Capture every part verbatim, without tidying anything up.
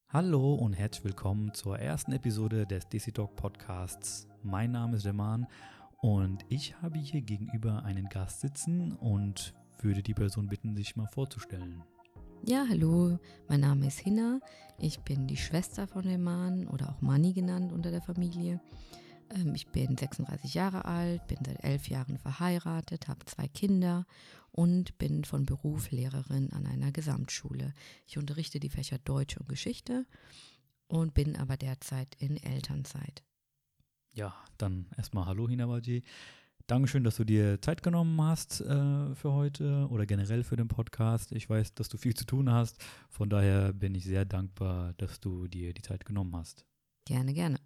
Hallo und herzlich willkommen zur ersten Episode des DesiDoc Podcasts. Mein Name ist Deman und ich habe hier gegenüber einen Gast sitzen und würde die Person bitten, sich mal vorzustellen. Ja, hallo, mein Name ist Hinna. Ich bin die Schwester von dem Mann oder auch Manni genannt unter der Familie. Ähm, ich bin sechsunddreißig Jahre alt, bin seit elf Jahren verheiratet, habe zwei Kinder und bin von Beruf Lehrerin an einer Gesamtschule. Ich unterrichte die Fächer Deutsch und Geschichte und bin aber derzeit in Elternzeit. Ja, dann erstmal Hallo Hinabaji. Dankeschön, dass du dir Zeit genommen hast äh, für heute oder generell für den Podcast. Ich weiß, dass du viel zu tun hast. Von daher bin ich sehr dankbar, dass du dir die Zeit genommen hast. Gerne, gerne.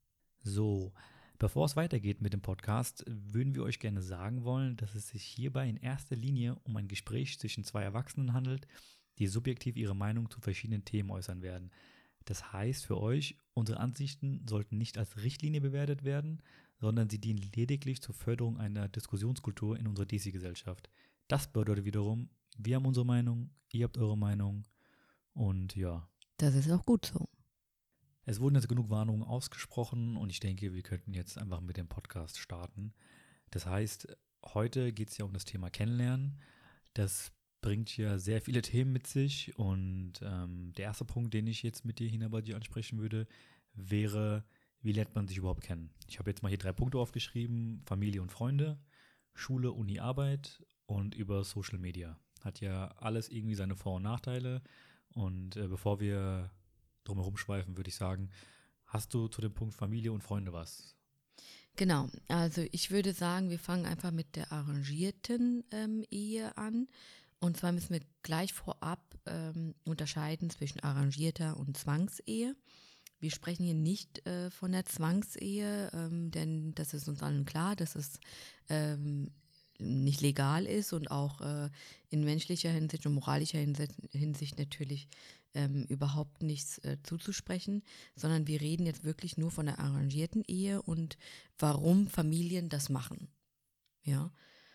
So, bevor es weitergeht mit dem Podcast, würden wir euch gerne sagen wollen, dass es sich hierbei in erster Linie um ein Gespräch zwischen zwei Erwachsenen handelt, die subjektiv ihre Meinung zu verschiedenen Themen äußern werden. Das heißt für euch, unsere Ansichten sollten nicht als Richtlinie bewertet werden, sondern sie dienen lediglich zur Förderung einer Diskussionskultur in unserer D C-Gesellschaft. Das bedeutet wiederum, wir haben unsere Meinung, ihr habt eure Meinung und ja. Das ist auch gut so. Es wurden jetzt genug Warnungen ausgesprochen und ich denke, wir könnten jetzt einfach mit dem Podcast starten. Das heißt, heute geht es ja um das Thema Kennenlernen. Das bringt ja sehr viele Themen mit sich und ähm, der erste Punkt, den ich jetzt mit dir, Hinabaji, ansprechen würde, wäre, wie lernt man sich überhaupt kennen? Ich habe jetzt mal hier drei Punkte aufgeschrieben: Familie und Freunde, Schule, Uni, Arbeit und über Social Media. Hat ja alles irgendwie seine Vor- und Nachteile und äh, bevor wir drumherum schweifen, würde ich sagen, hast du zu dem Punkt Familie und Freunde was? Genau, also ich würde sagen, wir fangen einfach mit der arrangierten ähm, Ehe an. Und zwar müssen wir gleich vorab ähm, unterscheiden zwischen arrangierter und Zwangsehe. Wir sprechen hier nicht äh, von der Zwangsehe, ähm, denn das ist uns allen klar, dass es ähm, nicht legal ist und auch äh, in menschlicher Hinsicht und moralischer Hinsicht, Hinsicht natürlich ähm, überhaupt nichts äh, zuzusprechen, sondern wir reden jetzt wirklich nur von der arrangierten Ehe und warum Familien das machen. Ja.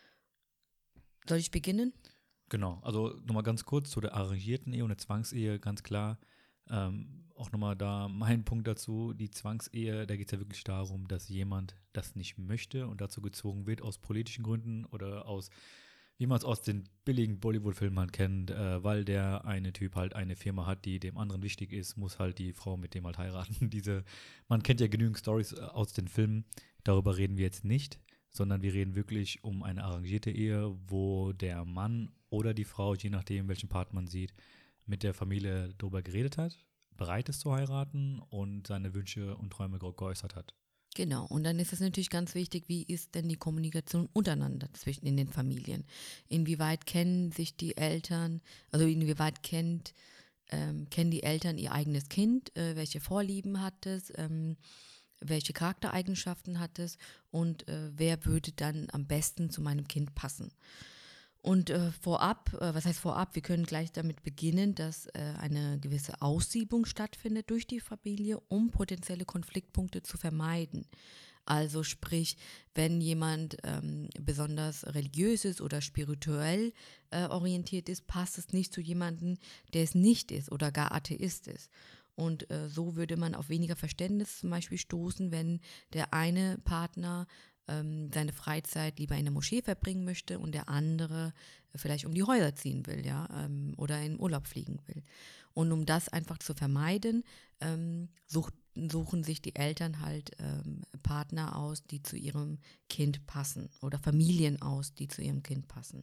Soll ich beginnen? Genau, also nochmal ganz kurz zu der arrangierten Ehe und der Zwangsehe, ganz klar. Ähm, auch nochmal da mein Punkt dazu, die Zwangsehe, da geht es ja wirklich darum, dass jemand das nicht möchte und dazu gezwungen wird aus politischen Gründen oder aus, wie man es aus den billigen Bollywood-Filmen halt kennt, äh, weil der eine Typ halt eine Firma hat, die dem anderen wichtig ist, muss halt die Frau mit dem halt heiraten. Diese, man kennt ja genügend Stories äh, aus den Filmen, darüber reden wir jetzt nicht, sondern wir reden wirklich um eine arrangierte Ehe, wo der Mann oder die Frau, je nachdem, welchen Part man sieht, mit der Familie darüber geredet hat, bereit ist zu heiraten und seine Wünsche und Träume ge- geäußert hat. Genau, und dann ist es natürlich ganz wichtig, wie ist denn die Kommunikation untereinander zwischen in den Familien? Inwieweit kennen sich die Eltern, also inwieweit kennt, ähm, kennen die Eltern ihr eigenes Kind, äh, welche Vorlieben hat es, ähm, welche Charaktereigenschaften hat es und äh, wer würde dann am besten zu meinem Kind passen? Und äh, vorab, äh, was heißt vorab, wir können gleich damit beginnen, dass äh, eine gewisse Aussiebung stattfindet durch die Familie, um potenzielle Konfliktpunkte zu vermeiden. Also sprich, wenn jemand ähm, besonders religiös ist oder spirituell äh, orientiert ist, passt es nicht zu jemandem, der es nicht ist oder gar Atheist ist. Und äh, so würde man auf weniger Verständnis zum Beispiel stoßen, wenn der eine Partner ähm, seine Freizeit lieber in der Moschee verbringen möchte und der andere vielleicht um die Häuser ziehen will, ja, ähm, oder in Urlaub fliegen will. Und um das einfach zu vermeiden, ähm, sucht, suchen sich die Eltern halt ähm, Partner aus, die zu ihrem Kind passen oder Familien aus, die zu ihrem Kind passen.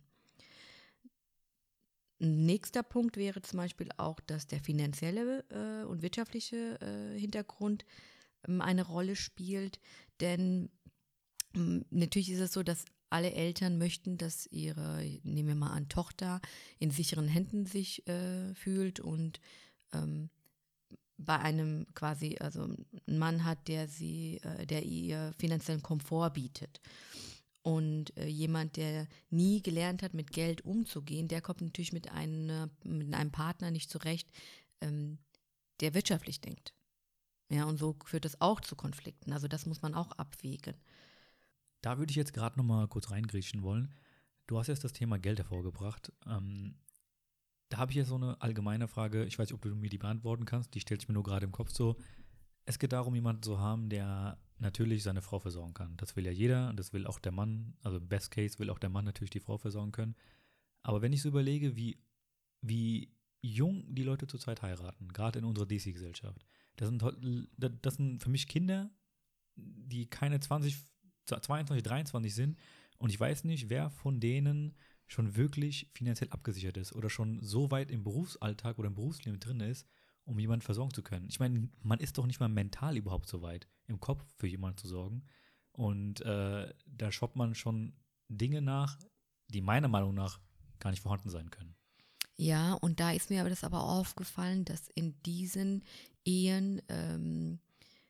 Ein nächster Punkt wäre zum Beispiel auch, dass der finanzielle äh, und wirtschaftliche äh, Hintergrund ähm, eine Rolle spielt, denn ähm, natürlich ist es so, dass alle Eltern möchten, dass ihre, nehmen wir mal an, Tochter in sicheren Händen sich äh, fühlt und ähm, bei einem quasi, also einen Mann hat, der sie, äh, der ihr finanziellen Komfort bietet. Und äh, jemand, der nie gelernt hat, mit Geld umzugehen, der kommt natürlich mit, einer, mit einem Partner nicht zurecht, ähm, der wirtschaftlich denkt. Ja, und so führt es auch zu Konflikten. Also das muss man auch abwägen. Da würde ich jetzt gerade nochmal kurz reingrätschen wollen. Du hast jetzt das Thema Geld hervorgebracht. Ähm, da habe ich jetzt so eine allgemeine Frage, ich weiß nicht, ob du mir die beantworten kannst, die stellt sich mir nur gerade im Kopf so. Es geht darum, jemanden zu haben, der natürlich seine Frau versorgen kann. Das will ja jeder und das will auch der Mann, also im Best Case will auch der Mann natürlich die Frau versorgen können. Aber wenn ich so überlege, wie, wie jung die Leute zurzeit heiraten, gerade in unserer D C-Gesellschaft, das sind, das sind für mich Kinder, die keine zwanzig, zweiundzwanzig, dreiundzwanzig sind und ich weiß nicht, wer von denen schon wirklich finanziell abgesichert ist oder schon so weit im Berufsalltag oder im Berufsleben drin ist, um jemanden versorgen zu können. Ich meine, man ist doch nicht mal mental überhaupt so weit, im Kopf für jemanden zu sorgen. Und äh, da shoppt man schon Dinge nach, die meiner Meinung nach gar nicht vorhanden sein können. Ja, und da ist mir aber das aber aufgefallen, dass in diesen Ehen ähm,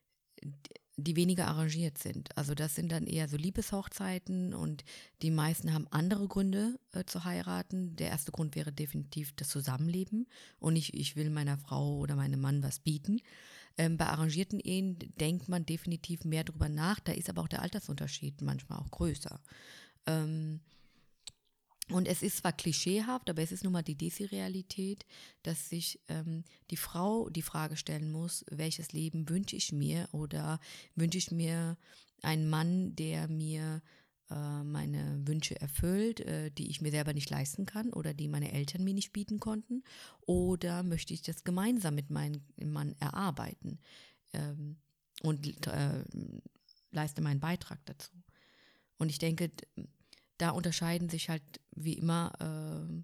die weniger arrangiert sind. Also das sind dann eher so Liebeshochzeiten und die meisten haben andere Gründe äh, zu heiraten. Der erste Grund wäre definitiv das Zusammenleben und ich, ich will meiner Frau oder meinem Mann was bieten. Ähm, bei arrangierten Ehen denkt man definitiv mehr drüber nach, da ist aber auch der Altersunterschied manchmal auch größer. Ähm, Und es ist zwar klischeehaft, aber es ist nun mal die Desi-Realität, dass sich ähm, die Frau die Frage stellen muss, welches Leben wünsche ich mir oder wünsche ich mir einen Mann, der mir äh, meine Wünsche erfüllt, äh, die ich mir selber nicht leisten kann oder die meine Eltern mir nicht bieten konnten, oder möchte ich das gemeinsam mit meinem Mann erarbeiten ähm, und äh, leiste meinen Beitrag dazu. Und ich denke, da unterscheiden sich halt wie immer äh,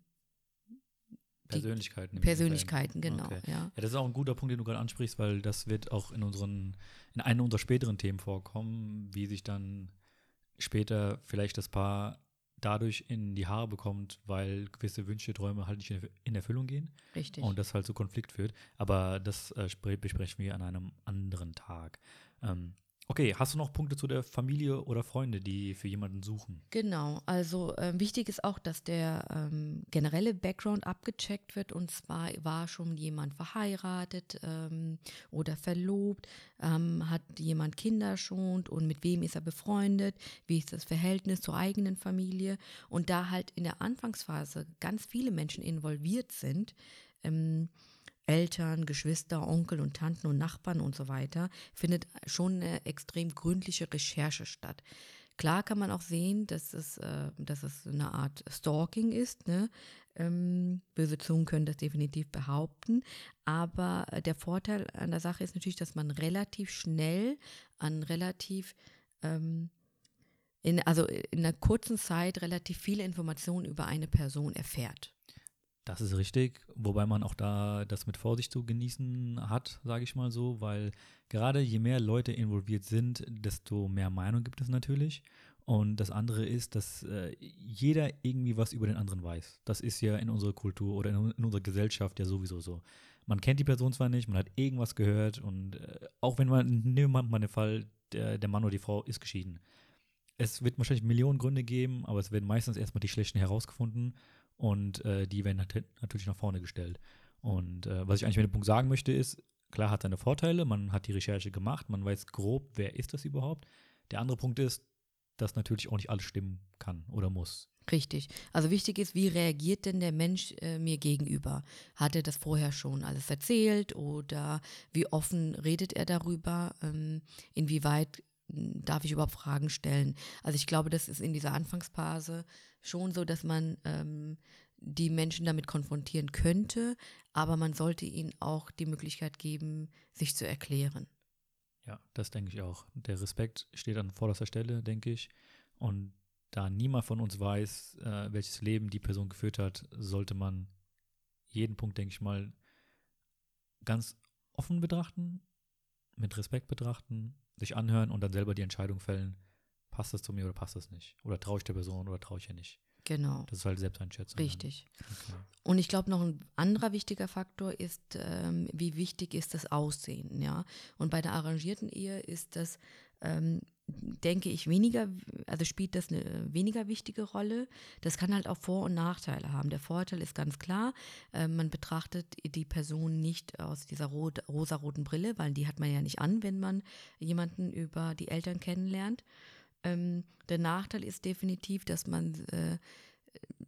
Persönlichkeiten. Persönlichkeiten, genau. Okay. Ja. Ja, das ist auch ein guter Punkt, den du gerade ansprichst, weil das wird auch in unseren, in einem unserer späteren Themen vorkommen, wie sich dann später vielleicht das Paar dadurch in die Haare bekommt, weil gewisse Wünsche, Träume halt nicht in Erfüllung gehen. Richtig. Und das halt zu Konflikt führt. Aber das äh, besprechen wir an einem anderen Tag. Ähm, Okay, hast du noch Punkte zu der Familie oder Freunde, die für jemanden suchen? Genau, also äh, wichtig ist auch, dass der ähm, generelle Background abgecheckt wird, und zwar war schon jemand verheiratet ähm, oder verlobt, ähm, hat jemand Kinder schon und mit wem ist er befreundet, wie ist das Verhältnis zur eigenen Familie, und da halt in der Anfangsphase ganz viele Menschen involviert sind, ähm, Eltern, Geschwister, Onkel und Tanten und Nachbarn und so weiter, findet schon eine extrem gründliche Recherche statt. Klar kann man auch sehen, dass es, äh, dass es eine Art Stalking ist. Ne? Ähm, böse Zungen können das definitiv behaupten. Aber der Vorteil an der Sache ist natürlich, dass man relativ schnell an relativ, ähm, in, also in einer kurzen Zeit relativ viele Informationen über eine Person erfährt. Das ist richtig, wobei man auch da das mit Vorsicht zu genießen hat, sage ich mal so, weil gerade je mehr Leute involviert sind, desto mehr Meinung gibt es natürlich. Und das andere ist, dass äh, jeder irgendwie was über den anderen weiß. Das ist ja in unserer Kultur oder in, in unserer Gesellschaft ja sowieso so. Man kennt die Person zwar nicht, man hat irgendwas gehört und äh, auch wenn man, nehmen wir mal den Fall, der, der Mann oder die Frau ist geschieden. Es wird wahrscheinlich Millionen Gründe geben, aber es werden meistens erstmal die schlechten herausgefunden. Und äh, die werden nat- natürlich nach vorne gestellt. Und äh, was ich eigentlich mit dem Punkt sagen möchte, ist, klar hat seine Vorteile, man hat die Recherche gemacht, man weiß grob, wer ist das überhaupt. Der andere Punkt ist, dass natürlich auch nicht alles stimmen kann oder muss. Richtig. Also wichtig ist, wie reagiert denn der Mensch äh, mir gegenüber? Hat er das vorher schon alles erzählt oder wie offen redet er darüber? Ähm, inwieweit darf ich überhaupt Fragen stellen? Also ich glaube, das ist in dieser Anfangsphase schon so, dass man ähm, die Menschen damit konfrontieren könnte, aber man sollte ihnen auch die Möglichkeit geben, sich zu erklären. Ja, das denke ich auch. Der Respekt steht an vorderster Stelle, denke ich. Und da niemand von uns weiß, äh, welches Leben die Person geführt hat, sollte man jeden Punkt, denke ich mal, ganz offen betrachten, mit Respekt betrachten, sich anhören und dann selber die Entscheidung fällen, passt das zu mir oder passt das nicht? Oder traue ich der Person oder traue ich ihr nicht? Genau. Das ist halt Selbsteinschätzung. Richtig. Okay. Und ich glaube, noch ein anderer wichtiger Faktor ist, ähm, wie wichtig ist das Aussehen, ja. Und bei der arrangierten Ehe ist das, ähm, denke ich, weniger, also spielt das eine weniger wichtige Rolle. Das kann halt auch Vor- und Nachteile haben. Der Vorteil ist ganz klar, äh, man betrachtet die Person nicht aus dieser rot, rosaroten Brille, weil die hat man ja nicht an, wenn man jemanden über die Eltern kennenlernt. Ähm, der Nachteil ist definitiv, dass man äh,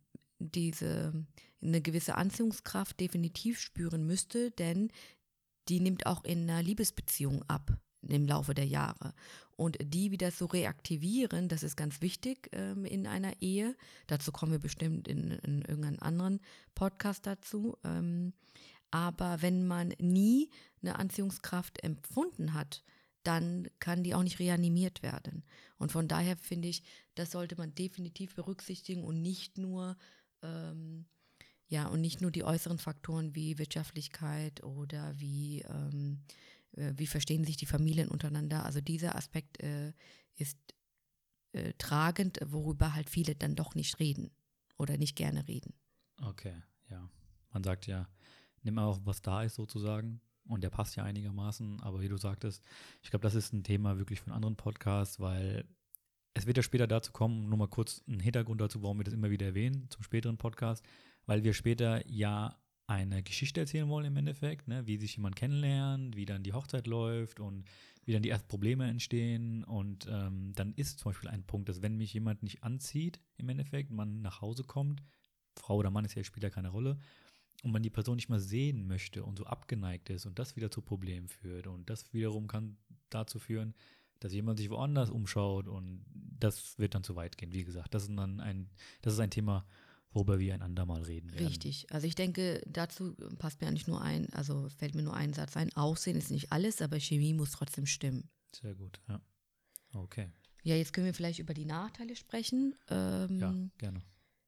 diese eine gewisse Anziehungskraft definitiv spüren müsste, denn die nimmt auch in einer Liebesbeziehung ab im Laufe der Jahre. Und die wieder zu reaktivieren, das ist ganz wichtig ähm, in einer Ehe. Dazu kommen wir bestimmt in, in irgendeinem anderen Podcast dazu. Ähm, aber wenn man nie eine Anziehungskraft empfunden hat, dann kann die auch nicht reanimiert werden. Und von daher finde ich, das sollte man definitiv berücksichtigen und nicht nur ähm, ja, und nicht nur die äußeren Faktoren wie Wirtschaftlichkeit oder wie, ähm, äh, wie verstehen sich die Familien untereinander. Also dieser Aspekt äh, ist äh, tragend, worüber halt viele dann doch nicht reden oder nicht gerne reden. Okay, ja. Man sagt ja, nimm auch, was da ist sozusagen. Und der passt ja einigermaßen. Aber wie du sagtest, ich glaube, das ist ein Thema wirklich für einen anderen Podcast, weil es wird ja später dazu kommen, nur mal kurz einen Hintergrund dazu, warum wir das immer wieder erwähnen, zum späteren Podcast, weil wir später ja eine Geschichte erzählen wollen im Endeffekt, ne, wie sich jemand kennenlernt, wie dann die Hochzeit läuft und wie dann die ersten Probleme entstehen. Und ähm, dann ist zum Beispiel ein Punkt, dass wenn mich jemand nicht anzieht, im Endeffekt, man nach Hause kommt, Frau oder Mann ist ja spielt ja keine Rolle, und man die Person nicht mehr sehen möchte und so abgeneigt ist und das wieder zu Problemen führt. Und das wiederum kann dazu führen, dass jemand sich woanders umschaut und das wird dann zu weit gehen. Wie gesagt, das ist dann ein, das ist ein Thema, worüber wir ein andermal reden werden. Richtig. Also ich denke, dazu passt mir eigentlich nur ein, also fällt mir nur ein Satz ein. Aussehen ist nicht alles, aber Chemie muss trotzdem stimmen. Sehr gut, ja. Okay. Ja, jetzt können wir vielleicht über die Nachteile sprechen. Ähm, Ja, gerne.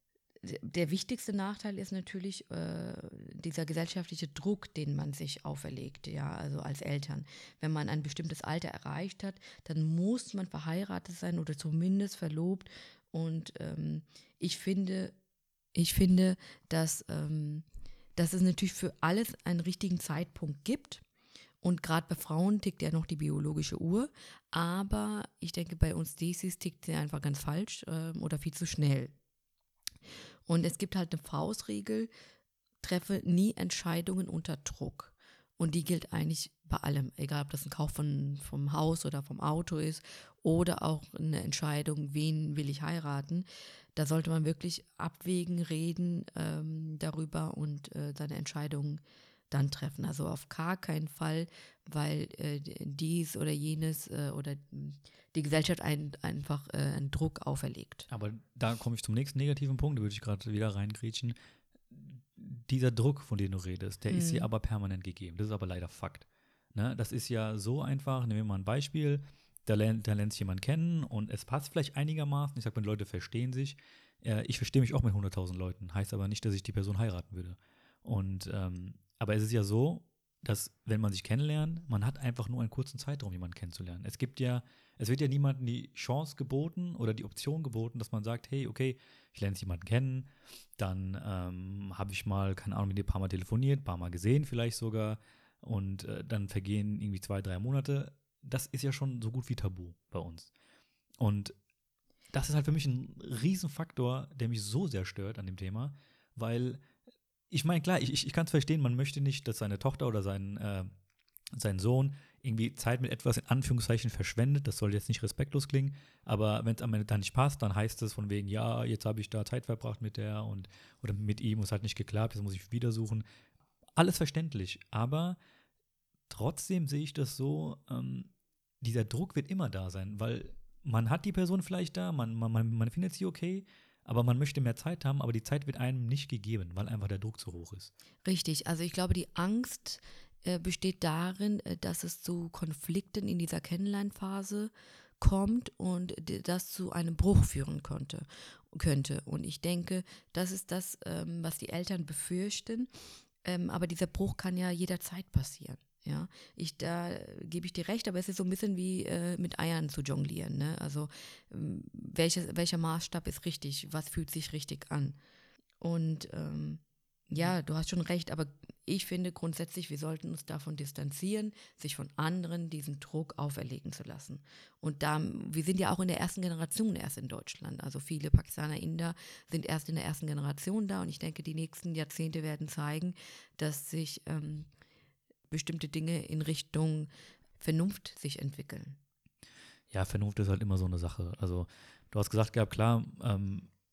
Der wichtigste Nachteil ist natürlich äh, dieser gesellschaftliche Druck, den man sich auferlegt, ja, also als Eltern. Wenn man ein bestimmtes Alter erreicht hat, dann muss man verheiratet sein oder zumindest verlobt. Und ähm, ich finde, ich finde, dass, ähm, dass es natürlich für alles einen richtigen Zeitpunkt gibt. Und gerade bei Frauen tickt ja noch die biologische Uhr. Aber ich denke, bei uns Desis tickt sie einfach ganz falsch ähm, oder viel zu schnell. Und es gibt halt eine Faustregel, treffe nie Entscheidungen unter Druck. Und die gilt eigentlich bei allem, egal ob das ein Kauf von, vom Haus oder vom Auto ist oder auch eine Entscheidung, wen will ich heiraten. Da sollte man wirklich abwägen, reden ähm, darüber und äh, seine Entscheidungen dann treffen. Also auf gar keinen Fall, weil äh, dies oder jenes äh, oder die Gesellschaft ein, einfach äh, einen Druck auferlegt. Aber da komme ich zum nächsten negativen Punkt, da würde ich gerade wieder reingrätschen. Dieser Druck, von dem du redest, der mhm. ist hier aber permanent gegeben. Das ist aber leider Fakt. Ne? Das ist ja so einfach, nehmen wir mal ein Beispiel, da lernt, da lernt sich jemand kennen und es passt vielleicht einigermaßen. Ich sage mal, die Leute verstehen sich. Äh, ich verstehe mich auch mit hunderttausend Leuten, heißt aber nicht, dass ich die Person heiraten würde. Und ähm, aber es ist ja so, dass, wenn man sich kennenlernt, man hat einfach nur einen kurzen Zeitraum, jemanden kennenzulernen. Es gibt ja, es wird ja niemandem die Chance geboten oder die Option geboten, dass man sagt, hey, okay, ich lerne jetzt jemanden kennen, dann ähm, habe ich mal, keine Ahnung, mit dir ein paar Mal telefoniert, ein paar Mal gesehen vielleicht sogar und äh, dann vergehen irgendwie zwei, drei Monate. Das ist ja schon so gut wie tabu bei uns. Und das ist halt für mich ein Riesenfaktor, der mich so sehr stört an dem Thema, weil ich meine, klar, ich, ich kann es verstehen, man möchte nicht, dass seine Tochter oder sein, äh, sein Sohn irgendwie Zeit mit etwas in Anführungszeichen verschwendet. Das soll jetzt nicht respektlos klingen, aber wenn es am Ende dann nicht passt, dann heißt es von wegen, ja, jetzt habe ich da Zeit verbracht mit der und oder mit ihm und es hat nicht geklappt, jetzt muss ich wieder suchen. Alles verständlich, aber trotzdem sehe ich das so, ähm, dieser Druck wird immer da sein, weil man hat die Person vielleicht da, man, man, man, man findet sie okay, aber man möchte mehr Zeit haben, aber die Zeit wird einem nicht gegeben, weil einfach der Druck zu hoch ist. Richtig, also ich glaube, die Angst äh, besteht darin, äh, dass es zu Konflikten in dieser Kennenlernphase kommt und d- das zu einem Bruch führen könnte. könnte. Und ich denke, das ist das, ähm, was die Eltern befürchten, ähm, aber dieser Bruch kann ja jederzeit passieren. Ja, ich, da gebe ich dir recht, aber es ist so ein bisschen wie äh, mit Eiern zu jonglieren. Ne? Also ähm, welches, welcher Maßstab ist richtig? Was fühlt sich richtig an? Und ähm, ja, du hast schon recht, aber ich finde grundsätzlich, wir sollten uns davon distanzieren, sich von anderen diesen Druck auferlegen zu lassen. Und da, wir sind ja auch in der ersten Generation erst in Deutschland. Also viele Pakistaner, Inder sind erst in der ersten Generation da und ich denke, die nächsten Jahrzehnte werden zeigen, dass sich ähm, bestimmte Dinge in Richtung Vernunft sich entwickeln. Ja, Vernunft ist halt immer so eine Sache. Also du hast gesagt gehabt, klar, ähm,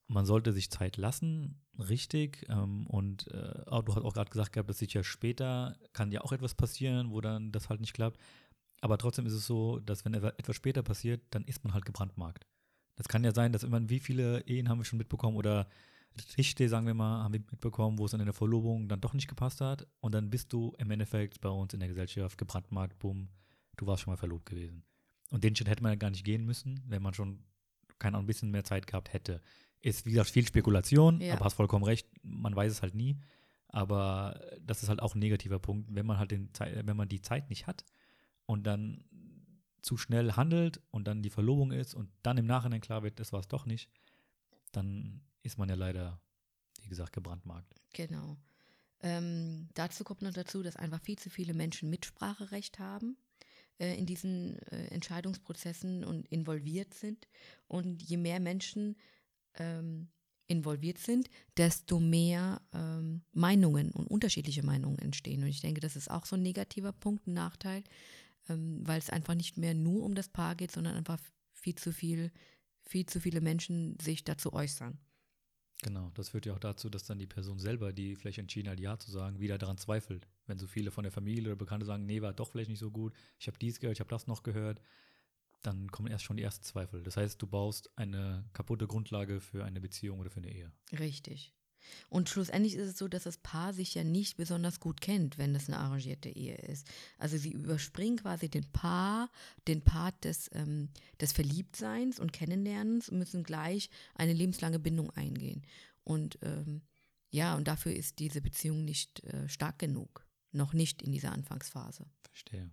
man sollte sich Zeit lassen, richtig. Ähm, und äh, auch, du hast auch gerade gesagt gehabt, dass sich ja später kann ja auch etwas passieren, wo dann das halt nicht klappt. Aber trotzdem ist es so, dass wenn etwas später passiert, dann ist man halt gebrandmarkt. Das kann ja sein, dass immer, wie viele Ehen haben wir schon mitbekommen oder Richter, sagen wir mal, haben wir mitbekommen, wo es dann in der Verlobung dann doch nicht gepasst hat. Und dann bist du im Endeffekt bei uns in der Gesellschaft gebrandmarkt, bumm, du warst schon mal verlobt gewesen. Und den Schritt hätte man ja gar nicht gehen müssen, wenn man schon, keine Ahnung, ein bisschen mehr Zeit gehabt hätte. Ist, wie gesagt, viel Spekulation, Ja. aber hast vollkommen recht, man weiß es halt nie. Aber das ist halt auch ein negativer Punkt, wenn man halt den Zeit, wenn man die Zeit nicht hat und dann zu schnell handelt und dann die Verlobung ist und dann im Nachhinein klar wird, das war es doch nicht, dann ist man ja leider, wie gesagt, gebrandmarkt. Genau. Ähm, dazu kommt noch dazu, dass einfach viel zu viele Menschen Mitspracherecht haben äh, in diesen äh, Entscheidungsprozessen und involviert sind. Und je mehr Menschen ähm, involviert sind, desto mehr ähm, Meinungen und unterschiedliche Meinungen entstehen. Und ich denke, das ist auch so ein negativer Punkt, ein Nachteil, ähm, weil es einfach nicht mehr nur um das Paar geht, sondern einfach viel zu viel, viel zu viele Menschen sich dazu äußern. Genau, das führt ja auch dazu, dass dann die Person selber, die vielleicht entschieden hat, Ja zu sagen, wieder daran zweifelt. Wenn so viele von der Familie oder Bekannte sagen, nee, war doch vielleicht nicht so gut, ich habe dies gehört, ich habe das noch gehört, dann kommen erst schon die ersten Zweifel. Das heißt, du baust eine kaputte Grundlage für eine Beziehung oder für eine Ehe. Richtig. Und schlussendlich ist es so, dass das Paar sich ja nicht besonders gut kennt, wenn es eine arrangierte Ehe ist. Also sie überspringen quasi den Paar, den Part des, ähm, des Verliebtseins und Kennenlernens und müssen gleich eine lebenslange Bindung eingehen. Und ähm, ja, und dafür ist diese Beziehung nicht äh, stark genug. Noch nicht in dieser Anfangsphase. Verstehe.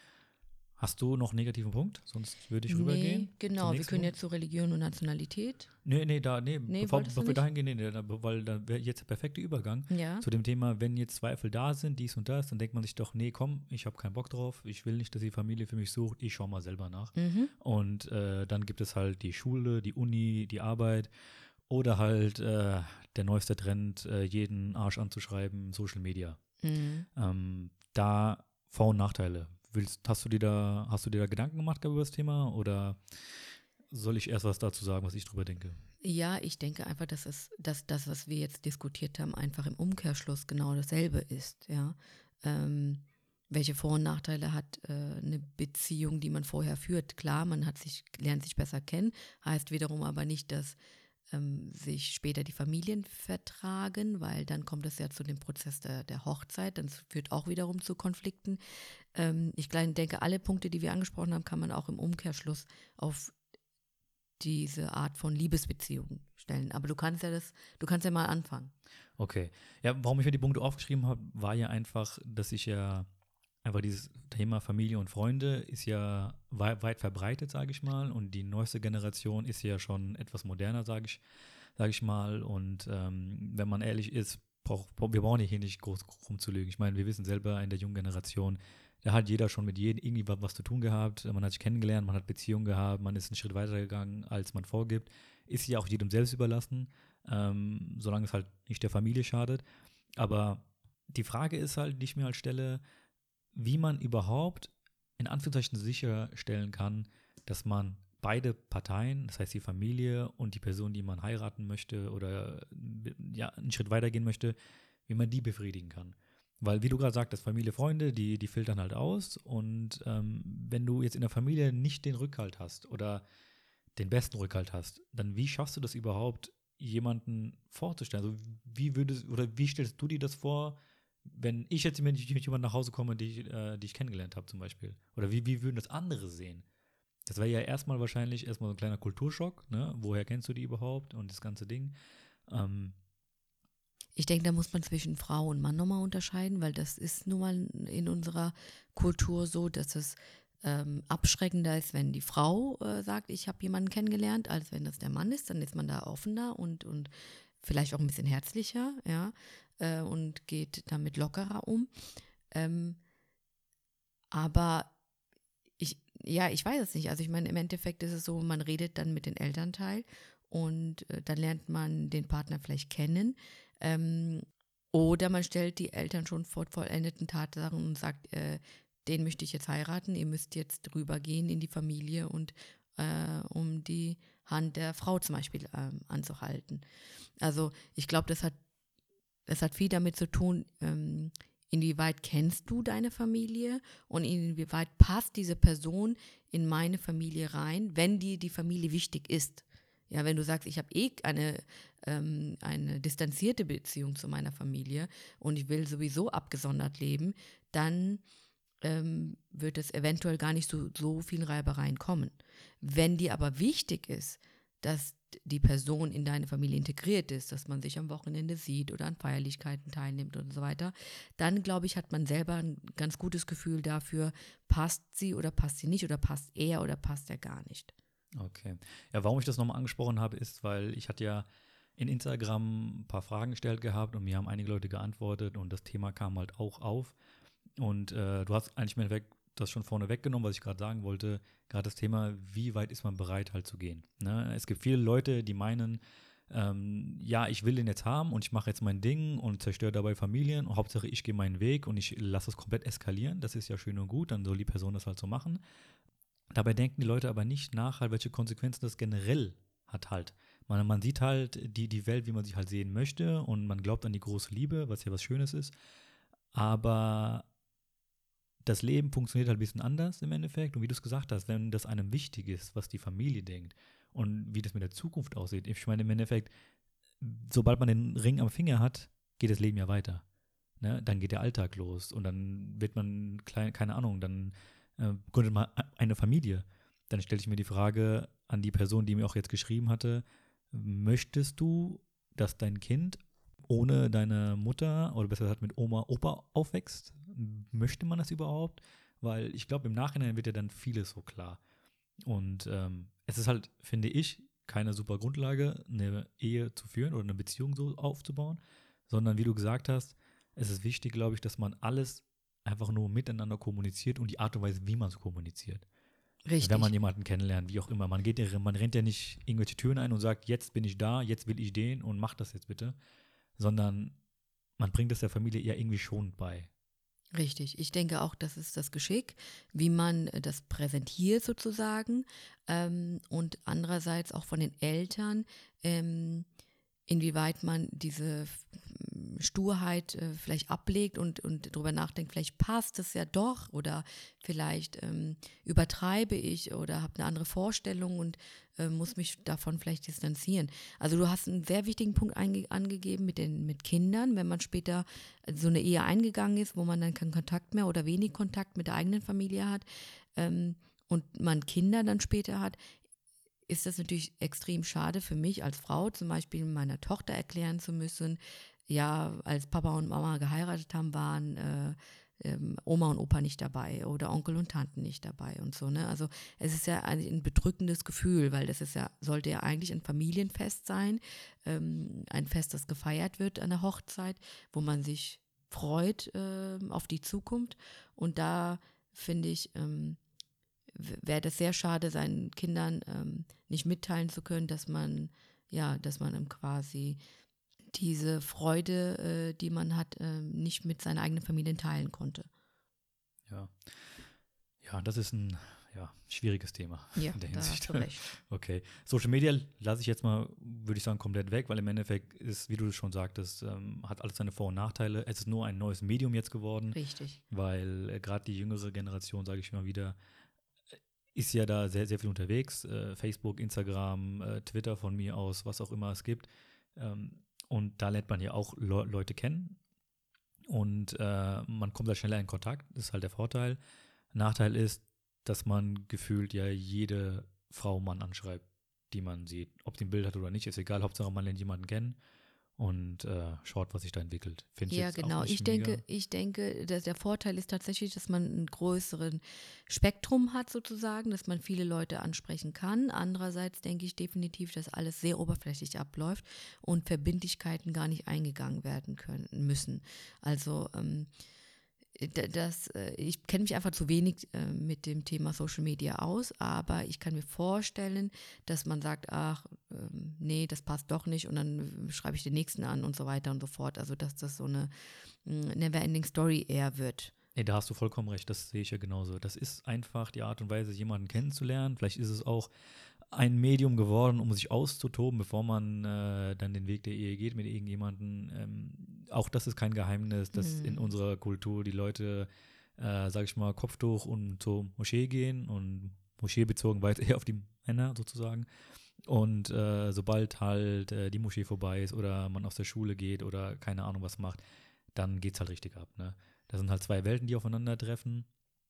Hast du noch einen negativen Punkt? Sonst würde ich Nee, rübergehen. genau. Wir können jetzt zu Religion und Nationalität. Nee, nee, da, nee, Nee, bevor, wolltest du bevor wir nicht? dahin gehen, nee, nee, da, weil da wäre jetzt der perfekte Übergang Ja. zu dem Thema, wenn jetzt Zweifel da sind, dies und das, dann denkt man sich doch, nee, komm, ich habe keinen Bock drauf, ich will nicht, dass die Familie für mich sucht, ich schaue mal selber nach. Mhm. Und äh, dann gibt es halt die Schule, die Uni, die Arbeit oder halt äh, der neueste Trend, äh, jeden Arsch anzuschreiben, Social Media. Mhm. Ähm, da Vor- und Nachteile. Willst, hast du dir da, hast du dir da Gedanken gemacht über das Thema oder soll ich erst was dazu sagen, was ich drüber denke? Ja, ich denke einfach, dass es, dass das, was wir jetzt diskutiert haben, einfach im Umkehrschluss genau dasselbe ist, ja. Ähm, welche Vor- und Nachteile hat äh, eine Beziehung, die man vorher führt? Klar, man hat sich, lernt sich besser kennen, heißt wiederum aber nicht, dass ähm, sich später die Familien vertragen, weil dann kommt es ja zu dem Prozess der, der Hochzeit, dann führt auch wiederum zu Konflikten. Ähm, ich klein- denke, alle Punkte, die wir angesprochen haben, kann man auch im Umkehrschluss auf diese Art von Liebesbeziehung stellen. Aber du kannst ja das, du kannst ja mal anfangen. Okay. Ja, warum ich mir die Punkte aufgeschrieben habe, war ja einfach, dass ich ja einfach dieses Thema Familie und Freunde ist ja weit, weit verbreitet, sage ich mal. Und die neueste Generation ist ja schon etwas moderner, sage ich, sag ich mal. Und ähm, wenn man ehrlich ist, brauch, wir brauchen hier nicht groß rumzulügen. Ich meine, wir wissen selber in der jungen Generation, da hat jeder schon mit jedem irgendwie was, was zu tun gehabt. Man hat sich kennengelernt, man hat Beziehungen gehabt, man ist einen Schritt weiter gegangen, als man vorgibt. Ist ja auch jedem selbst überlassen, ähm, solange es halt nicht der Familie schadet. Aber die Frage ist halt, die ich mir halt stelle, wie man überhaupt in Anführungszeichen sicherstellen kann, dass man beide Parteien, das heißt die Familie und die Person, die man heiraten möchte oder ja, einen Schritt weitergehen möchte, wie man die befriedigen kann. Weil, wie du gerade sagtest, Familie, Freunde, die, die filtern halt aus. Und ähm, wenn du jetzt in der Familie nicht den Rückhalt hast oder den besten Rückhalt hast, dann wie schaffst du das überhaupt, jemanden vorzustellen? Also wie würdest oder wie stellst du dir das vor, wenn ich jetzt mit jemandem nach Hause komme, die, äh, die ich kennengelernt habe zum Beispiel? Oder wie, wie würden das andere sehen? Das wäre ja erstmal wahrscheinlich erstmal so ein kleiner Kulturschock, ne? Woher kennst du die überhaupt und das ganze Ding? Ähm, Ich denke, da muss man zwischen Frau und Mann nochmal unterscheiden, weil das ist nun mal in unserer Kultur so, dass es ähm, abschreckender ist, wenn die Frau äh, sagt, ich habe jemanden kennengelernt, als wenn das der Mann ist. Dann ist man da offener und, und vielleicht auch ein bisschen herzlicher, ja, äh, und geht damit lockerer um. Ähm, aber ich, ja, ich weiß es nicht. Also ich meine, im Endeffekt ist es so, man redet dann mit dem Elternteil und äh, dann lernt man den Partner vielleicht kennen. Ähm, oder man stellt die Eltern schon vor vollendeten Tatsachen und sagt, äh, den möchte ich jetzt heiraten, ihr müsst jetzt rübergehen in die Familie und äh, um die Hand der Frau zum Beispiel ähm, anzuhalten. Also ich glaube, das hat, das hat viel damit zu tun, ähm, inwieweit kennst du deine Familie und inwieweit passt diese Person in meine Familie rein, wenn dir die Familie wichtig ist. Ja, wenn du sagst, ich habe eh eine, ähm, eine distanzierte Beziehung zu meiner Familie und ich will sowieso abgesondert leben, dann ähm, wird es eventuell gar nicht so, so viel Reibereien kommen. Wenn dir aber wichtig ist, dass die Person in deine Familie integriert ist, dass man sich am Wochenende sieht oder an Feierlichkeiten teilnimmt und so weiter, dann glaube ich, hat man selber ein ganz gutes Gefühl dafür, passt sie oder passt sie nicht oder passt er oder passt er gar nicht. Okay. Ja, warum ich das nochmal angesprochen habe, ist, weil ich hatte ja in Instagram ein paar Fragen gestellt gehabt und mir haben einige Leute geantwortet und das Thema kam halt auch auf. Und äh, du hast eigentlich im Endeffekt das schon vorne weggenommen, was ich gerade sagen wollte. Gerade das Thema, wie weit ist man bereit halt zu gehen. Ne? Es gibt viele Leute, die meinen, ähm, ja, ich will den jetzt haben und ich mache jetzt mein Ding und zerstöre dabei Familien und Hauptsache ich gehe meinen Weg und ich lasse es komplett eskalieren. Das ist ja schön und gut, dann soll die Person das halt so machen. Dabei denken die Leute aber nicht nach, halt, welche Konsequenzen das generell hat halt. Man, man sieht halt die, die Welt, wie man sich halt sehen möchte und man glaubt an die große Liebe, was ja was Schönes ist. Aber das Leben funktioniert halt ein bisschen anders im Endeffekt. Und wie du es gesagt hast, wenn das einem wichtig ist, was die Familie denkt und wie das mit der Zukunft aussieht. Ich meine, im Endeffekt, sobald man den Ring am Finger hat, geht das Leben ja weiter. Ne? Dann geht der Alltag los und dann wird man, klein, keine Ahnung, dann äh, gründet man eine Familie. Dann stelle ich mir die Frage an die Person, die mir auch jetzt geschrieben hatte, möchtest du, dass dein Kind ohne deine Mutter oder besser gesagt mit Oma, Opa aufwächst? Möchte man das überhaupt? Weil ich glaube, im Nachhinein wird ja dann vieles so klar. Und ähm, es ist halt, finde ich, keine super Grundlage, eine Ehe zu führen oder eine Beziehung so aufzubauen, sondern wie du gesagt hast, es ist wichtig, glaube ich, dass man alles einfach nur miteinander kommuniziert und die Art und Weise, wie man so kommuniziert. Richtig. Wenn man jemanden kennenlernt, wie auch immer. Man geht ja, man rennt ja nicht irgendwelche Türen ein und sagt, jetzt bin ich da, jetzt will ich den und mach das jetzt bitte, sondern man bringt das der Familie eher irgendwie schon bei. Richtig. Ich denke auch, das ist das Geschick, wie man äh, das präsentiert sozusagen ähm, und andererseits auch von den Eltern, ähm, inwieweit man diese f- m, Sturheit äh, vielleicht ablegt und, und darüber nachdenkt, vielleicht passt es ja doch oder vielleicht ähm, übertreibe ich oder habe eine andere Vorstellung und äh, muss mich davon vielleicht distanzieren. Also du hast einen sehr wichtigen Punkt einge- angegeben mit den mit Kindern, wenn man später so eine Ehe eingegangen ist, wo man dann keinen Kontakt mehr oder wenig Kontakt mit der eigenen Familie hat ähm, und man Kinder dann später hat, ist das natürlich extrem schade für mich als Frau, zum Beispiel meiner Tochter erklären zu müssen, ja, als Papa und Mama geheiratet haben, waren äh, ähm, Oma und Opa nicht dabei oder Onkel und Tanten nicht dabei und so, ne? Also es ist ja ein, ein bedrückendes Gefühl, weil das ist ja, sollte ja eigentlich ein Familienfest sein, ähm, ein Fest, das gefeiert wird an der Hochzeit, wo man sich freut ähm, auf die Zukunft. Und da finde ich, ähm, wäre das sehr schade, seinen Kindern ähm, nicht mitteilen zu können, dass man, ja, dass man ihm quasi diese Freude, äh, die man hat, äh, nicht mit seiner eigenen Familie teilen konnte. Ja. Ja, das ist ein ja, schwieriges Thema Ja, in der da Hinsicht. hast du recht. Okay. Social Media lasse ich jetzt mal, würde ich sagen, komplett weg, weil im Endeffekt ist, wie du schon sagtest, ähm, hat alles seine Vor- und Nachteile. Es ist nur ein neues Medium jetzt geworden, Richtig. weil äh, gerade die jüngere Generation, sage ich mal wieder, äh, ist ja da sehr, sehr viel unterwegs. Äh, Facebook, Instagram, äh, Twitter von mir aus, was auch immer es gibt. Ähm, und da lernt man ja auch Le Leute kennen und äh, man kommt da schneller in Kontakt. Das ist halt der Vorteil. Nachteil ist, dass man gefühlt ja jede Frau, Mann anschreibt, die man sieht. Ob sie ein Bild hat oder nicht, ist egal. Hauptsache, man lernt jemanden kennen und äh, schaut, was sich da entwickelt. Finde ich Ja, jetzt auch genau. nicht Ich mega. denke, ich denke, dass der Vorteil ist tatsächlich, dass man einen größeren Spektrum hat sozusagen, dass man viele Leute ansprechen kann. Andererseits denke ich definitiv, dass alles sehr oberflächlich abläuft und Verbindlichkeiten gar nicht eingegangen werden können müssen. Also ähm, d- das, äh, ich kenne mich einfach zu wenig äh, mit dem Thema Social Media aus, aber ich kann mir vorstellen, dass man sagt, ach, ähm, nee, das passt doch nicht und dann äh, schreibe ich den nächsten an und so weiter und so fort. Also dass das so eine mh, Never-Ending Story eher wird. Nee, da hast du vollkommen recht, das sehe ich ja genauso. Das ist einfach die Art und Weise, jemanden kennenzulernen. Vielleicht ist es auch ein Medium geworden, um sich auszutoben, bevor man äh, dann den Weg der Ehe geht mit irgendjemandem. Ähm, auch das ist kein Geheimnis, dass in Hm. unserer Kultur die Leute, äh, sag ich mal, Kopftuch und zur Moschee gehen und Moschee bezogen weit eher auf die Männer sozusagen. Und äh, sobald halt äh, die Moschee vorbei ist oder man aus der Schule geht oder keine Ahnung was macht, dann geht's halt richtig ab. Ne? Das sind halt zwei Welten, die aufeinandertreffen.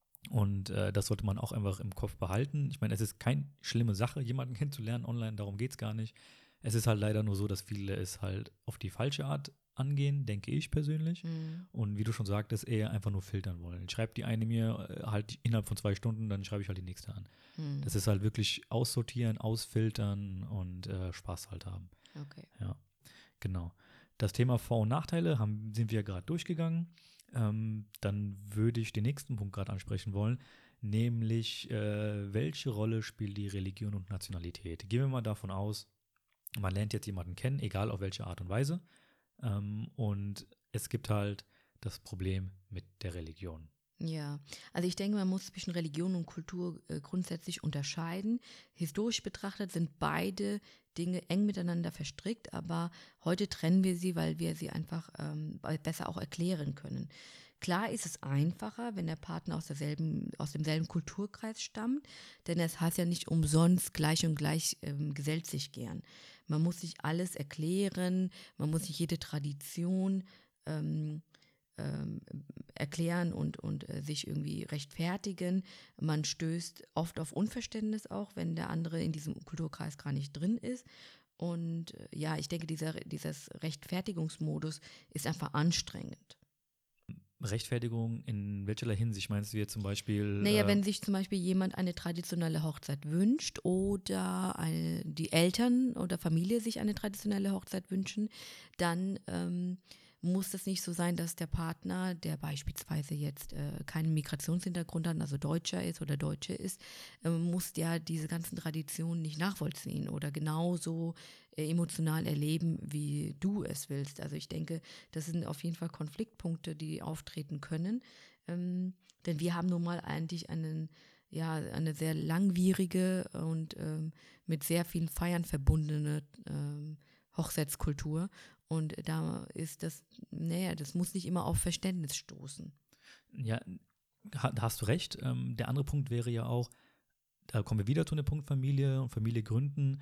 Und äh, das sollte man auch einfach im Kopf behalten. Ich meine, es ist keine schlimme Sache, jemanden kennenzulernen online, darum geht es gar nicht. Es ist halt leider nur so, dass viele es halt auf die falsche Art angehen, denke ich persönlich. Hm. Und wie du schon sagtest, eher einfach nur filtern wollen. Schreibt die eine mir äh, halt innerhalb von zwei Stunden, dann schreibe ich halt die nächste an. Hm. Das ist halt wirklich aussortieren, ausfiltern und äh, Spaß halt haben. Okay. Ja, genau. Das Thema Vor- und Nachteile haben, sind wir gerade durchgegangen. Ähm, dann würde ich den nächsten Punkt gerade ansprechen wollen, nämlich äh, welche Rolle spielt die Religion und Nationalität? Gehen wir mal davon aus, man lernt jetzt jemanden kennen, egal auf welche Art und Weise, ähm, und es gibt halt das Problem mit der Religion. Ja, also ich denke, man muss zwischen Religion und Kultur äh, grundsätzlich unterscheiden. Historisch betrachtet sind beide Dinge eng miteinander verstrickt, aber heute trennen wir sie, weil wir sie einfach ähm, be- besser auch erklären können. Klar ist es einfacher, wenn der Partner aus derselben, aus demselben Kulturkreis stammt, denn es heißt ja nicht umsonst gleich und gleich ähm, gesellt sich gern. Man muss sich alles erklären, man muss sich jede Tradition ähm, ähm, erklären und, und äh, sich irgendwie rechtfertigen. Man stößt oft auf Unverständnis auch, wenn der andere in diesem Kulturkreis gar nicht drin ist. Und äh, ja, ich denke, dieser, dieses Rechtfertigungsmodus ist einfach anstrengend. Rechtfertigung in welcher Hinsicht meinst du jetzt zum Beispiel? Naja, Äh, wenn sich zum Beispiel jemand eine traditionelle Hochzeit wünscht oder eine, die Eltern oder Familie sich eine traditionelle Hochzeit wünschen, dann ähm, muss es nicht so sein, dass der Partner, der beispielsweise jetzt äh, keinen Migrationshintergrund hat, also Deutscher ist oder Deutsche ist, äh, muss ja diese ganzen Traditionen nicht nachvollziehen oder genauso äh, emotional erleben, wie du es willst. Also ich denke, das sind auf jeden Fall Konfliktpunkte, die auftreten können. Ähm, denn wir haben nun mal eigentlich einen, ja, eine sehr langwierige und ähm, mit sehr vielen Feiern verbundene ähm, Hochzeitskultur. Und da ist das, naja, das muss nicht immer auf Verständnis stoßen. ja, ha, hast du recht. Ähm, der andere Punkt wäre ja auch, da kommen wir wieder zu dem Punkt Familie und Familie gründen.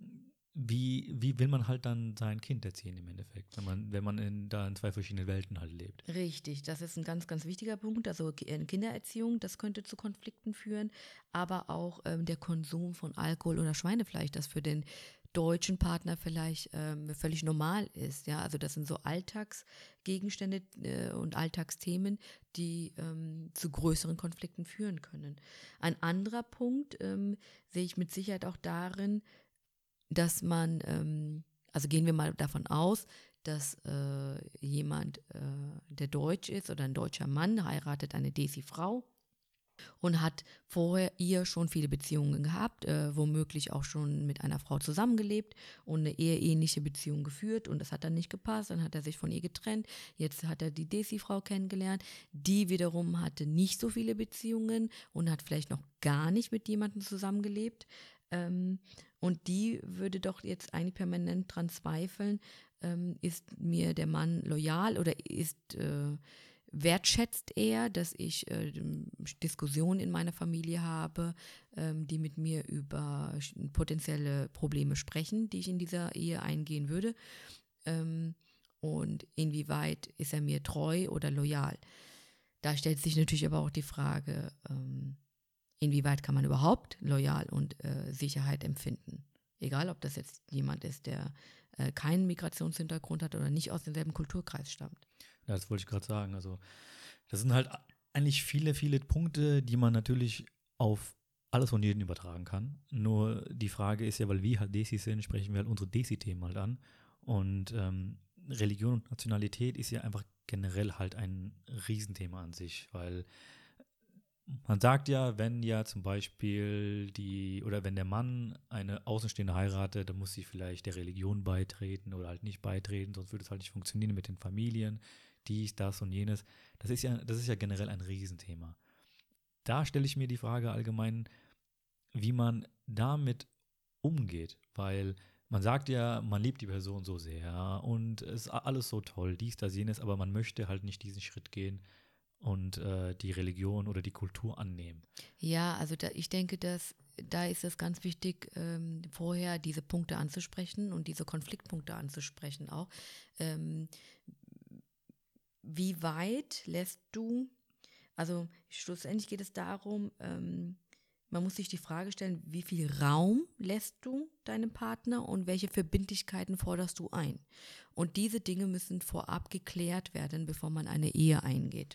Wie, wie will man halt dann sein Kind erziehen im Endeffekt, wenn man, wenn man in, da in zwei verschiedenen Welten halt lebt? Richtig, das ist ein ganz, ganz wichtiger Punkt. Also Ki- äh, Kindererziehung, das könnte zu Konflikten führen, aber auch ähm, der Konsum von Alkohol oder Schweinefleisch, das für den deutschen Partner vielleicht ähm, völlig normal ist. Ja, also das sind so Alltagsgegenstände äh, und Alltagsthemen, die ähm, zu größeren Konflikten führen können. Ein anderer Punkt ähm, sehe ich mit Sicherheit auch darin, dass man, ähm, also gehen wir mal davon aus, dass äh, jemand, äh, der deutsch ist oder ein deutscher Mann, heiratet eine Desi-Frau und hat vorher ihr schon viele Beziehungen gehabt, äh, womöglich auch schon mit einer Frau zusammengelebt und eine eheähnliche Beziehung geführt und das hat dann nicht gepasst, dann hat er sich von ihr getrennt, jetzt hat er die Desi-Frau kennengelernt, die wiederum hatte nicht so viele Beziehungen und hat vielleicht noch gar nicht mit jemandem zusammengelebt. Ähm, und die würde doch jetzt eigentlich permanent dran zweifeln, ähm, ist mir der Mann loyal oder ist, äh, wertschätzt er, dass ich äh, Diskussionen in meiner Familie habe, ähm, die mit mir über potenzielle Probleme sprechen, die ich in dieser Ehe eingehen würde. Ähm, und inwieweit ist er mir treu oder loyal? Da stellt sich natürlich aber auch die Frage, ähm, inwieweit kann man überhaupt loyal und äh, Sicherheit empfinden? Egal, ob das jetzt jemand ist, der äh, keinen Migrationshintergrund hat oder nicht aus demselben Kulturkreis stammt. Ja, das wollte ich gerade sagen. Also, das sind halt eigentlich viele, viele Punkte, die man natürlich auf alles und jeden übertragen kann. Nur die Frage ist ja, weil wir halt Desis sind, sprechen wir halt unsere Desi-Themen halt an. Und ähm, Religion und Nationalität ist ja einfach generell halt ein Riesenthema an sich, weil man sagt ja, wenn ja zum Beispiel die, oder wenn der Mann eine Außenstehende heiratet, dann muss sie vielleicht der Religion beitreten oder halt nicht beitreten, sonst würde es halt nicht funktionieren mit den Familien, dies, das und jenes. Das ist ja, das ist ja generell ein Riesenthema. Da stelle ich mir die Frage allgemein, wie man damit umgeht, weil man sagt ja, man liebt die Person so sehr und es ist alles so toll, dies, das, jenes, aber man möchte halt nicht diesen Schritt gehen und äh, die Religion oder die Kultur annehmen. Ja, also da, ich denke, dass da ist es ganz wichtig, ähm, vorher diese Punkte anzusprechen und diese Konfliktpunkte anzusprechen auch. Ähm, wie weit lässt du, also schlussendlich geht es darum, ähm, man muss sich die Frage stellen, wie viel Raum lässt du deinem Partner und welche Verbindlichkeiten forderst du ein? Und diese Dinge müssen vorab geklärt werden, bevor man eine Ehe eingeht.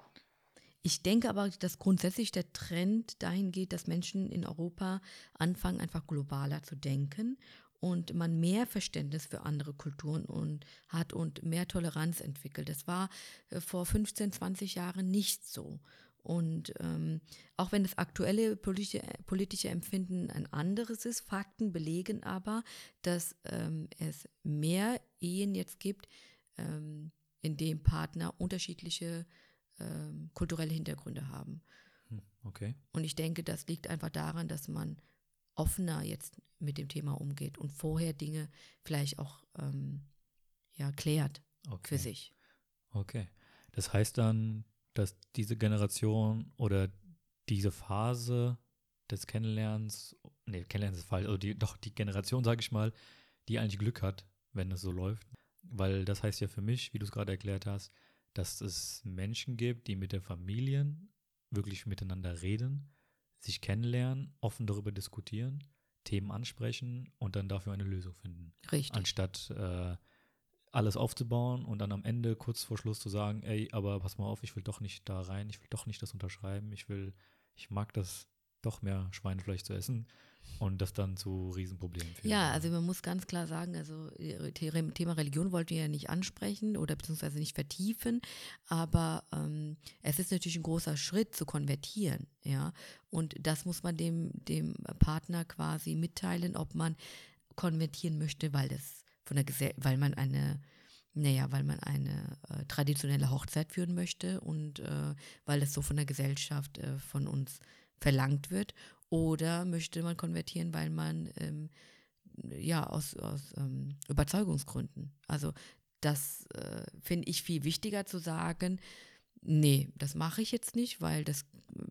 Ich denke aber, dass grundsätzlich der Trend dahin geht, dass Menschen in Europa anfangen, einfach globaler zu denken und man mehr Verständnis für andere Kulturen und hat und mehr Toleranz entwickelt. Das war äh, vor fünfzehn, zwanzig Jahren nicht so. Und ähm, auch wenn das aktuelle politische, politische Empfinden ein anderes ist, Fakten belegen aber, dass ähm, es mehr Ehen jetzt gibt, ähm, in denen Partner unterschiedliche ähm, kulturelle Hintergründe haben. Hm, okay. Und ich denke, das liegt einfach daran, dass man offener jetzt mit dem Thema umgeht und vorher Dinge vielleicht auch ähm, ja, klärt Okay. für sich. Okay. Das heißt dann, dass diese Generation oder diese Phase des Kennenlernens, nee, Kennenlernens ist falsch, also die, doch die Generation, sage ich mal, die eigentlich Glück hat, wenn es so läuft. Weil das heißt ja für mich, wie du es gerade erklärt hast, dass es Menschen gibt, die mit den Familien wirklich miteinander reden, sich kennenlernen, offen darüber diskutieren, Themen ansprechen und dann dafür eine Lösung finden. Richtig. Anstatt äh, alles aufzubauen und dann am Ende kurz vor Schluss zu sagen, ey, aber pass mal auf, ich will doch nicht da rein, ich will doch nicht das unterschreiben, ich will, ich mag das doch mehr Schweinefleisch zu essen und das dann zu Riesenproblemen führen. Ja, also man muss ganz klar sagen, also äh, The- Thema Religion wollten wir ja nicht ansprechen oder beziehungsweise nicht vertiefen, aber ähm, es ist natürlich ein großer Schritt zu konvertieren, ja, und das muss man dem, dem Partner quasi mitteilen, ob man konvertieren möchte, weil das von der Gesell weil man eine naja, weil man eine äh, traditionelle Hochzeit führen möchte und äh, weil das so von der Gesellschaft äh, von uns verlangt wird. Oder möchte man konvertieren, weil man ähm, ja aus, aus ähm, Überzeugungsgründen. Also das äh, finde ich viel wichtiger zu sagen, nee, das mache ich jetzt nicht, weil das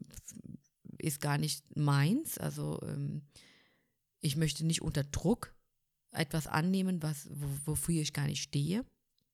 äh, ist gar nicht meins. Also ähm, ich möchte nicht unter Druck etwas annehmen, was, wo, wofür ich gar nicht stehe.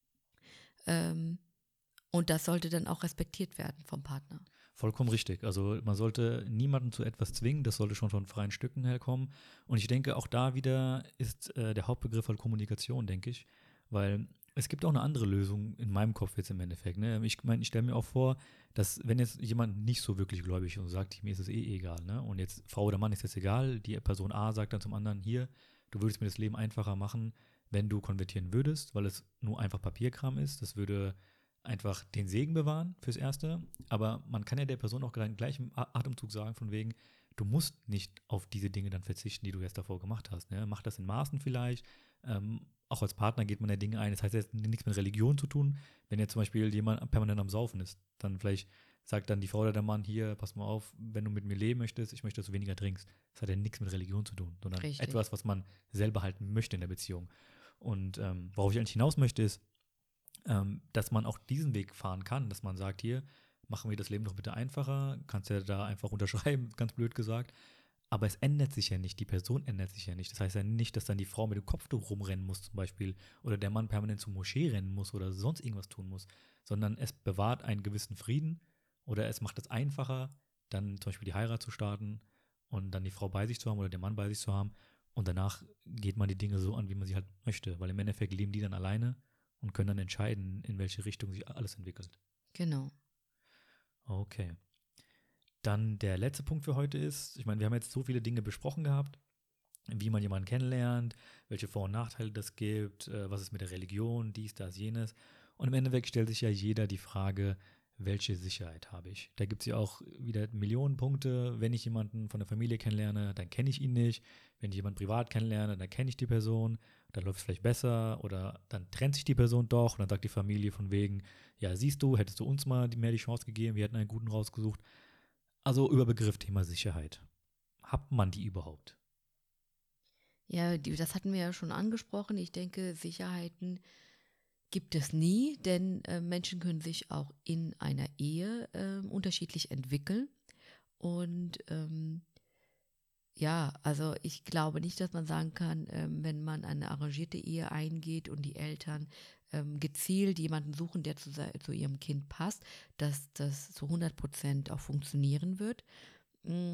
Ähm, und das sollte dann auch respektiert werden vom Partner. Vollkommen richtig. Also man sollte niemanden zu etwas zwingen, das sollte schon von freien Stücken herkommen. Und ich denke, auch da wieder ist äh, der Hauptbegriff halt Kommunikation, denke ich. Weil es gibt auch eine andere Lösung in meinem Kopf jetzt im Endeffekt. Ne? Ich meine, ich stelle mir auch vor, dass wenn jetzt jemand nicht so wirklich gläubig ist und sagt, mir ist es eh egal, ne? Und jetzt Frau oder Mann ist jetzt egal, die Person A sagt dann zum anderen, hier, du würdest mir das Leben einfacher machen, wenn du konvertieren würdest, weil es nur einfach Papierkram ist. Das würde einfach den Segen bewahren fürs Erste, aber man kann ja der Person auch gerade gleich im Atemzug sagen, von wegen, du musst nicht auf diese Dinge dann verzichten, die du jetzt davor gemacht hast. Ne? Mach das in Maßen vielleicht. Ähm, auch als Partner geht man ja Dinge ein. Das heißt, es hat nichts mit Religion zu tun. Wenn jetzt zum Beispiel jemand permanent am Saufen ist, dann vielleicht sagt dann die Frau oder der Mann, hier, pass mal auf, wenn du mit mir leben möchtest, ich möchte, dass du weniger trinkst. Das hat ja nichts mit Religion zu tun, sondern Richtig. etwas, was man selber halten möchte in der Beziehung. Und ähm, worauf ich eigentlich hinaus möchte, ist, ähm, dass man auch diesen Weg fahren kann, dass man sagt, hier, machen wir das Leben doch bitte einfacher, kannst ja da einfach unterschreiben, ganz blöd gesagt. Aber es ändert sich ja nicht, die Person ändert sich ja nicht. Das heißt ja nicht, dass dann die Frau mit dem Kopftuch rumrennen muss zum Beispiel oder der Mann permanent zur Moschee rennen muss oder sonst irgendwas tun muss, sondern es bewahrt einen gewissen Frieden oder es macht es einfacher, dann zum Beispiel die Heirat zu starten und dann die Frau bei sich zu haben oder der Mann bei sich zu haben und danach geht man die Dinge so an, wie man sie halt möchte, weil im Endeffekt leben die dann alleine und können dann entscheiden, in welche Richtung sich alles entwickelt. Genau. Okay. Dann der letzte Punkt für heute ist, ich meine, wir haben jetzt so viele Dinge besprochen gehabt, wie man jemanden kennenlernt, welche Vor- und Nachteile das gibt, äh, was ist mit der Religion, dies, das, jenes. Und im Endeffekt stellt sich ja jeder die Frage, welche Sicherheit habe ich? Da gibt es ja auch wieder Millionen Punkte. Wenn ich jemanden von der Familie kennenlerne, dann kenne ich ihn nicht. Wenn ich jemanden privat kennenlerne, dann kenne ich die Person. Dann läuft es vielleicht besser oder dann trennt sich die Person doch und dann sagt die Familie von wegen, ja, siehst du, hättest du uns mal mehr die Chance gegeben, wir hätten einen guten rausgesucht. Also über Begriff Thema Sicherheit. Hat man die überhaupt? Ja, die, das hatten wir ja schon angesprochen. Ich denke, Sicherheiten gibt es nie, denn äh, Menschen können sich auch in einer Ehe äh, unterschiedlich entwickeln. Und ähm, ja, also ich glaube nicht, dass man sagen kann, ähm, wenn man eine arrangierte Ehe eingeht und die Eltern ähm, gezielt jemanden suchen, der zu, se- zu ihrem Kind passt, dass das zu hundert Prozent auch funktionieren wird. Mm,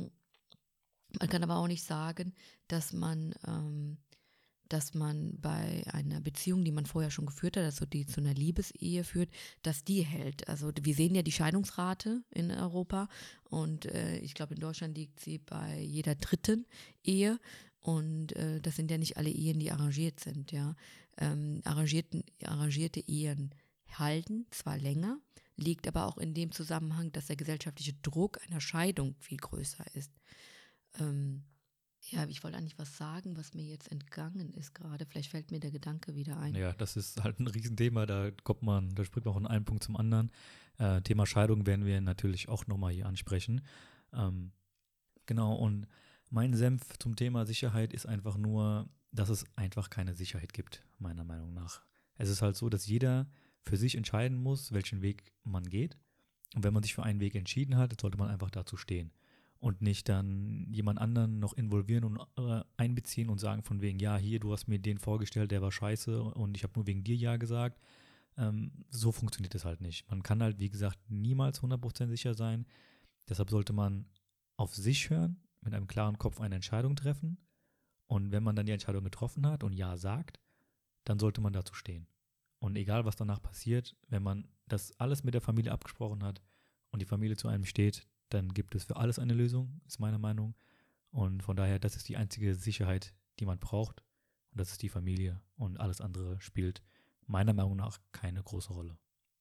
Man kann aber auch nicht sagen, dass man, ähm, dass man bei einer Beziehung, die man vorher schon geführt hat, also die zu einer Liebesehe führt, dass die hält. Also wir sehen ja die Scheidungsrate in Europa und äh, ich glaube, in Deutschland liegt sie bei jeder dritten Ehe. Und äh, das sind ja nicht alle Ehen, die arrangiert sind, ja. Ähm, arrangierten, arrangierte Ehen halten zwar länger, liegt aber auch in dem Zusammenhang, dass der gesellschaftliche Druck einer Scheidung viel größer ist. Ähm, ja, ich wollte eigentlich was sagen, was mir jetzt entgangen ist gerade. Vielleicht fällt mir der Gedanke wieder ein. Ja, das ist halt ein Riesenthema, da kommt man, da springt man von einem Punkt zum anderen. Äh, Thema Scheidung werden wir natürlich auch nochmal hier ansprechen. Ähm, genau, und mein Senf zum Thema Sicherheit ist einfach nur, dass es einfach keine Sicherheit gibt, meiner Meinung nach. Es ist halt so, dass jeder für sich entscheiden muss, welchen Weg man geht. Und wenn man sich für einen Weg entschieden hat, sollte man einfach dazu stehen. Und nicht dann jemand anderen noch involvieren und äh, einbeziehen und sagen von wegen, ja, hier, du hast mir den vorgestellt, der war scheiße und ich habe nur wegen dir Ja gesagt. Ähm, so funktioniert das halt nicht. Man kann halt, wie gesagt, niemals hundert Prozent sicher sein. Deshalb sollte man auf sich hören, mit einem klaren Kopf eine Entscheidung treffen. Und wenn man dann die Entscheidung getroffen hat und Ja sagt, dann sollte man dazu stehen. Und egal, was danach passiert, wenn man das alles mit der Familie abgesprochen hat und die Familie zu einem steht, dann gibt es für alles eine Lösung, ist meine Meinung. Und von daher, das ist die einzige Sicherheit, die man braucht. Und das ist die Familie. Und alles andere spielt meiner Meinung nach keine große Rolle.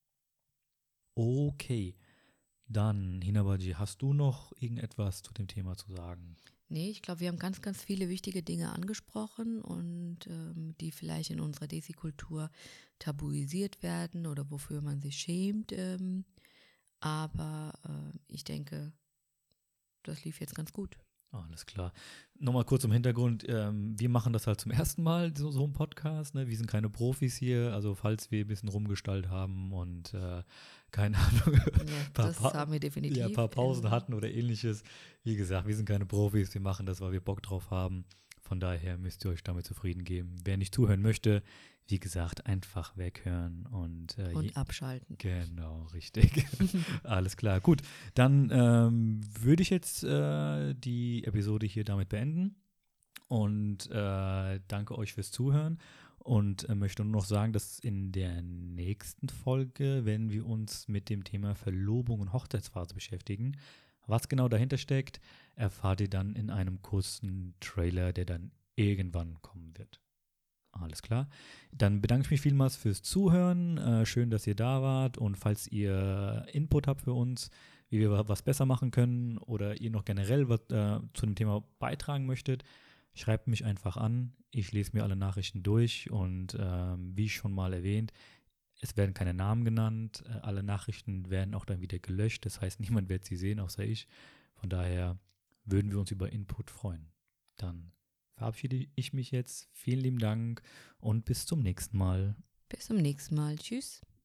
Okay, dann, Hinabaji, hast du noch irgendetwas zu dem Thema zu sagen? Nee, ich glaube, wir haben ganz, ganz viele wichtige Dinge angesprochen und ähm, die vielleicht in unserer Desi-Kultur tabuisiert werden oder wofür man sich schämt. Ähm, aber äh, ich denke, das lief jetzt ganz gut. Alles klar. Nochmal kurz im Hintergrund. Ähm, wir machen das halt zum ersten Mal, so, so ein Podcast. Ne? Wir sind keine Profis hier. Also falls wir ein bisschen rumgestaltet haben und äh, keine Ahnung, Ja, paar, das pa haben wir definitiv. ja, paar Pausen Äh, hatten oder ähnliches. Wie gesagt, wir sind keine Profis. Wir machen das, weil wir Bock drauf haben. Von daher müsst ihr euch damit zufrieden geben. Wer nicht zuhören möchte, wie gesagt, einfach weghören und, äh, je- und abschalten. genau, richtig. Alles klar, gut. Dann ähm, würde ich jetzt äh, die Episode hier damit beenden und äh, danke euch fürs Zuhören und äh, möchte nur noch sagen, dass in der nächsten Folge, wenn wir uns mit dem Thema Verlobung und Hochzeitsphase beschäftigen, was genau dahinter steckt, erfahrt ihr dann in einem kurzen Trailer, der dann irgendwann kommen wird. Alles klar. Dann bedanke ich mich vielmals fürs Zuhören. Äh, schön, dass ihr da wart. Und falls ihr Input habt für uns, wie wir was besser machen können oder ihr noch generell was äh, zu dem Thema beitragen möchtet, schreibt mich einfach an. Ich lese mir alle Nachrichten durch und ähm, wie schon mal erwähnt, es werden keine Namen genannt. Äh, alle Nachrichten werden auch dann wieder gelöscht. Das heißt, niemand wird sie sehen, außer ich. Von daher würden wir uns über Input freuen. Dann verabschiede ich mich jetzt. Vielen lieben Dank und bis zum nächsten Mal. Bis zum nächsten Mal. Tschüss.